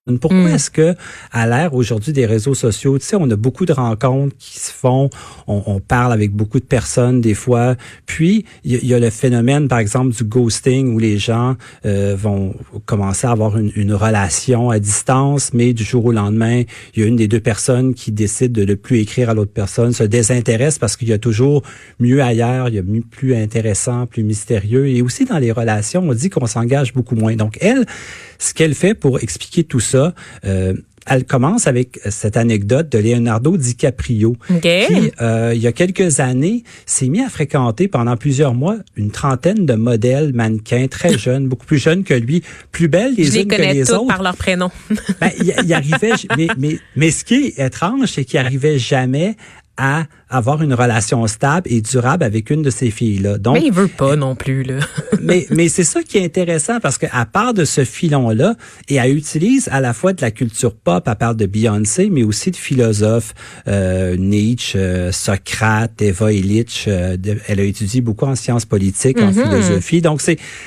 Pourquoi est-ce que, à l'ère aujourd'hui des réseaux sociaux, tu sais, on a beaucoup de rencontres qui se font, on parle avec beaucoup de personnes des fois, puis il y a le phénomène, par exemple, du ghosting où les gens vont commencer à avoir une relation à distance, mais du jour au lendemain, il y a une des deux personnes qui décide de ne plus écrire à l'autre personne, se désintéresse parce qu'il y a toujours mieux ailleurs, il y a plus intéressant, plus mystérieux, et aussi dans les relations, on dit qu'on s'engage beaucoup moins. Donc elle, ce qu'elle fait pour expliquer tout ça, elle commence avec cette anecdote de Leonardo DiCaprio, qui, il y a quelques années, s'est mis à fréquenter pendant plusieurs mois une trentaine de modèles mannequins très jeunes, beaucoup plus jeunes que lui, plus belles les unes que les autres. Je les connais toutes par leur prénom. Ben, il arrivait, mais ce qui est étrange, c'est qu'il arrivait jamais à avoir une relation stable et durable avec une de ces filles-là. Donc, mais il veut pas non plus, là. mais c'est ça qui est intéressant parce que à part de ce filon-là, et elle utilise à la fois de la culture pop, elle parle de Beyoncé, mais aussi de philosophes, Nietzsche, Socrate, Eva Illich, elle a étudié beaucoup en sciences politiques, en philosophie. Donc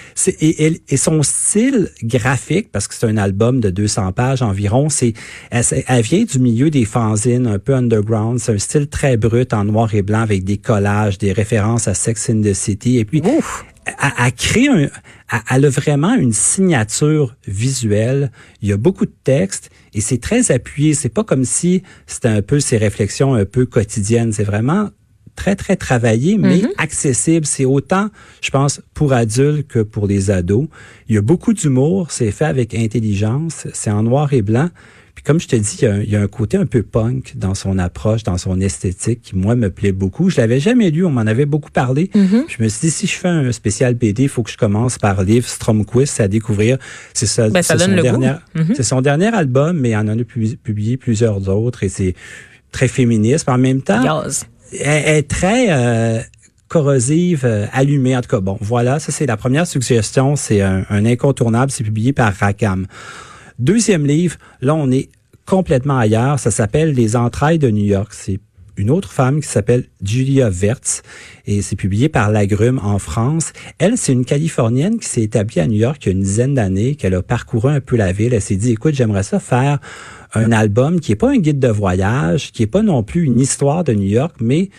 et son style graphique, parce que c'est un album de 200 pages environ, elle vient du milieu des fanzines, un peu underground, c'est un style très brut en noir et blanc avec des collages, des références à Sex and the City. Et puis, elle crée elle a vraiment une signature visuelle. Il y a beaucoup de textes et c'est très appuyé. C'est pas comme si c'était un peu ses réflexions un peu quotidiennes. C'est vraiment très, très travaillé, mais accessible. C'est autant, je pense, pour adultes que pour les ados. Il y a beaucoup d'humour. C'est fait avec intelligence. C'est en noir et blanc. Puis comme je te dis, il y a un côté un peu punk dans son approche, dans son esthétique qui, moi, me plaît beaucoup. Je l'avais jamais lu, on m'en avait beaucoup parlé. Je me suis dit, si je fais un spécial BD, il faut que je commence par Liv Stromquist à découvrir. C'est ça, ça donne le goût. C'est son dernier album, mais il en a publié plusieurs autres et c'est très féministe. En même temps, elle est très corrosive, allumée. En tout cas, bon, voilà, ça c'est la première suggestion. C'est un incontournable. C'est publié par Rackham. Deuxième livre, là, on est complètement ailleurs. Ça s'appelle Les entrailles de New York. C'est une autre femme qui s'appelle Julia Wertz et c'est publié par Lagrume en France. Elle, c'est une Californienne qui s'est établie à New York il y a une dizaine d'années, qu'elle a parcouru un peu la ville. Elle s'est dit, écoute, j'aimerais ça faire un album qui est pas un guide de voyage, qui est pas non plus une histoire de New York, mais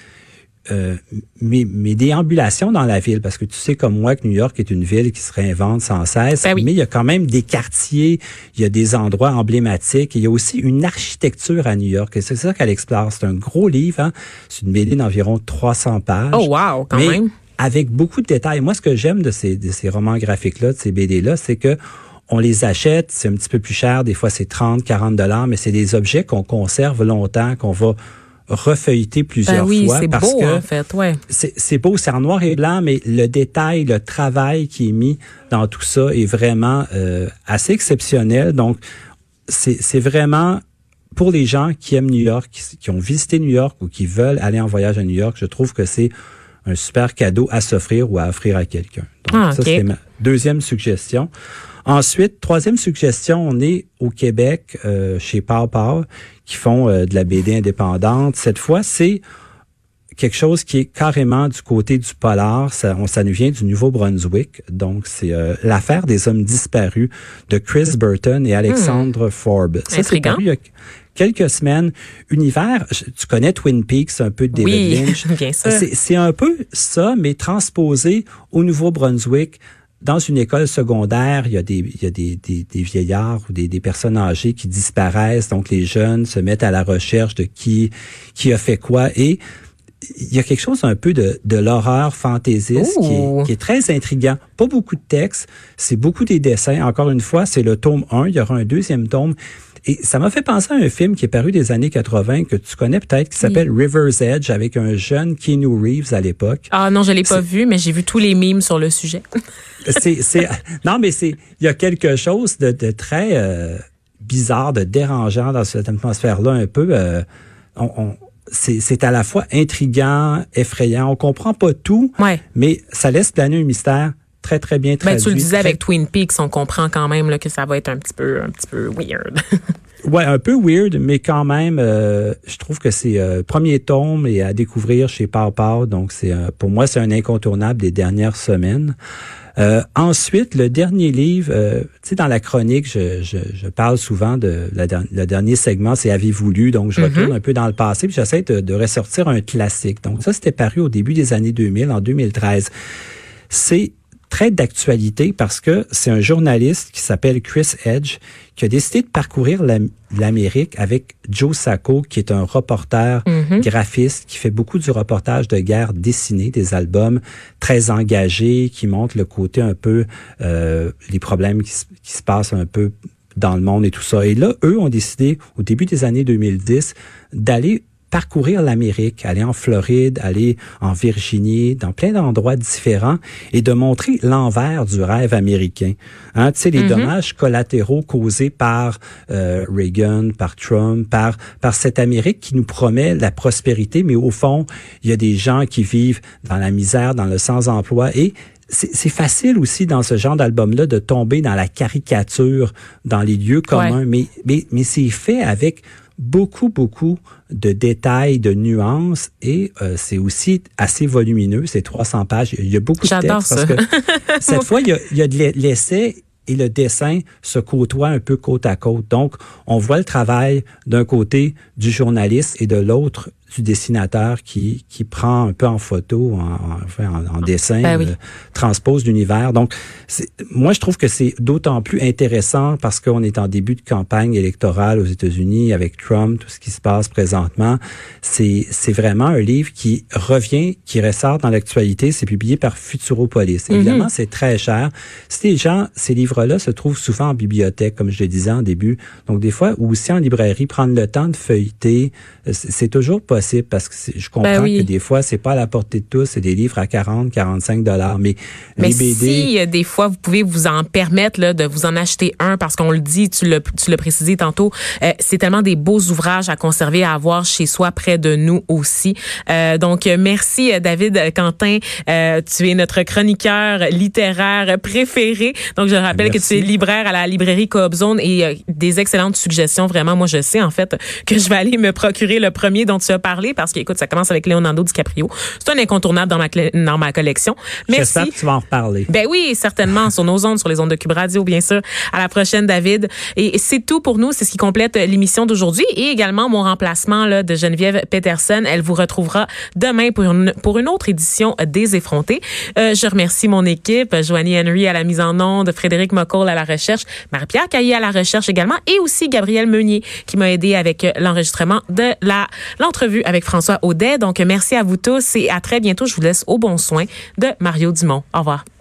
mes déambulations dans la ville, parce que tu sais comme moi que New York est une ville qui se réinvente sans cesse, mais il y a quand même des quartiers, il y a des endroits emblématiques, il y a aussi une architecture à New York, et c'est ça qu'elle explore. C'est un gros livre, hein? C'est une BD d'environ 300 pages. Oh wow, quand même! Avec beaucoup de détails. Moi, ce que j'aime de ces romans graphiques-là, de ces BD-là, c'est que on les achète, c'est un petit peu plus cher, des fois c'est 30, 40 $, mais c'est des objets qu'on conserve longtemps, qu'on va refeuilleter plusieurs fois c'est parce beau, que en fait, ouais. C'est beau, c'est en noir et blanc, mais le détail, le travail qui est mis dans tout ça est vraiment assez exceptionnel. Donc, c'est vraiment pour les gens qui aiment New York, qui ont visité New York ou qui veulent aller en voyage à New York, je trouve que c'est un super cadeau à s'offrir ou à offrir à quelqu'un. Donc, ça, c'est ma deuxième suggestion. Ensuite, troisième suggestion, on est au Québec, chez Pau qui font de la BD indépendante. Cette fois, c'est quelque chose qui est carrément du côté du polar. Ça nous vient du Nouveau-Brunswick. Donc, c'est l'affaire des hommes disparus de Chris Burton et Alexandre Forbes. Ça, c'est paru il y a quelques semaines. Univers, tu connais Twin Peaks, un peu de David Lynch. Bien sûr. C'est un peu ça, mais transposé au Nouveau-Brunswick. Dans une école secondaire, il y a des vieillards ou des personnes âgées qui disparaissent. Donc, les jeunes se mettent à la recherche de qui a fait quoi. Et il y a quelque chose un peu de l'horreur fantaisiste qui est très intriguant. Pas beaucoup de textes, c'est beaucoup des dessins. Encore une fois, c'est le tome 1. Il y aura un deuxième tome. Et ça m'a fait penser à un film qui est paru des années 80 que tu connais peut-être, qui s'appelle River's Edge, avec un jeune Keanu Reeves à l'époque. Ah non, je l'ai pas vu, mais j'ai vu tous les mimes sur le sujet. Non, mais il y a quelque chose de très bizarre, de dérangeant dans cette atmosphère-là un peu. C'est à la fois intriguant, effrayant. On comprend pas tout, mais ça laisse planer un mystère très, très bien traduit. Tu le disais avec Twin Peaks, on comprend quand même là, que ça va être un petit peu weird. Ouais, un peu weird, mais quand même, je trouve que c'est premier tome et à découvrir chez Pau. Donc, pour moi, c'est un incontournable des dernières semaines. Ensuite, le dernier livre, tu sais, dans la chronique, je parle souvent de le dernier segment, c'est Avez-vous lu? Donc, je retourne un peu dans le passé, puis j'essaie de ressortir un classique. Donc, ça, c'était paru au début des années 2000, en 2013. C'est très d'actualité parce que c'est un journaliste qui s'appelle Chris Edge qui a décidé de parcourir l'Amérique avec Joe Sacco, qui est un reporter graphiste qui fait beaucoup du reportage de guerre dessiné, des albums très engagés qui montrent le côté un peu les problèmes qui se passent un peu dans le monde et tout ça. Et là, eux ont décidé au début des années 2010 d'aller parcourir l'Amérique, aller en Floride, aller en Virginie, dans plein d'endroits différents et de montrer l'envers du rêve américain. Hein, tu sais, les dommages collatéraux causés par Reagan, par Trump, par cette Amérique qui nous promet la prospérité, mais au fond, il y a des gens qui vivent dans la misère, dans le sans-emploi et c'est facile aussi dans ce genre d'album-là de tomber dans la caricature, dans les lieux communs, mais c'est fait avec beaucoup de détails, de nuances et c'est aussi assez volumineux, c'est 300 pages, il y a beaucoup de textes parce que cette fois il y a de l'essai et le dessin se côtoient un peu côte à côte. Donc, on voit le travail d'un côté du journaliste et de l'autre du dessinateur qui prend un peu en photo, en dessin, transpose l'univers. Donc, moi, je trouve que c'est d'autant plus intéressant parce qu'on est en début de campagne électorale aux États-Unis avec Trump, tout ce qui se passe présentement. C'est vraiment un livre qui revient, qui ressort dans l'actualité. C'est publié par Futuropolis. Évidemment, c'est très cher. Ces livres-là se trouvent souvent en bibliothèque, comme je le disais en début. Donc, des fois, ou aussi en librairie, prendre le temps de feuilleter, c'est toujours possible parce que je comprends que des fois, c'est pas à la portée de tous. C'est des livres à 40, 45 $. Mais les BD... si des fois, vous pouvez vous en permettre là, de vous en acheter un parce qu'on le dit, tu l'as précisé tantôt, c'est tellement des beaux ouvrages à conserver, à avoir chez soi, près de nous aussi. Donc, merci David Quentin. Tu es notre chroniqueur littéraire préféré. Donc, je rappelle que tu es libraire à la librairie Coop Zone et des excellentes suggestions. Vraiment, moi, je sais en fait que je vais aller me procurer le premier dont tu as parlé parce que, écoute, ça commence avec Leonardo DiCaprio. C'est un incontournable dans ma collection. Merci. J'espère que tu vas en reparler. Ben oui, certainement, sur nos ondes, sur les ondes de Cube Radio, bien sûr. À la prochaine, David. Et c'est tout pour nous. C'est ce qui complète l'émission d'aujourd'hui et également mon remplacement là, de Geneviève Peterson. Elle vous retrouvera demain pour une autre édition des Effrontés. Je remercie mon équipe, Joanie Henry à la mise en onde, Frédéric Mocoll à la recherche, Marie-Pierre Caillé à la recherche également et aussi Gabriel Meunier qui m'a aidé avec l'enregistrement de l'entrevue avec François Audet. Donc, merci à vous tous et à très bientôt. Je vous laisse au bon soin de Mario Dumont. Au revoir.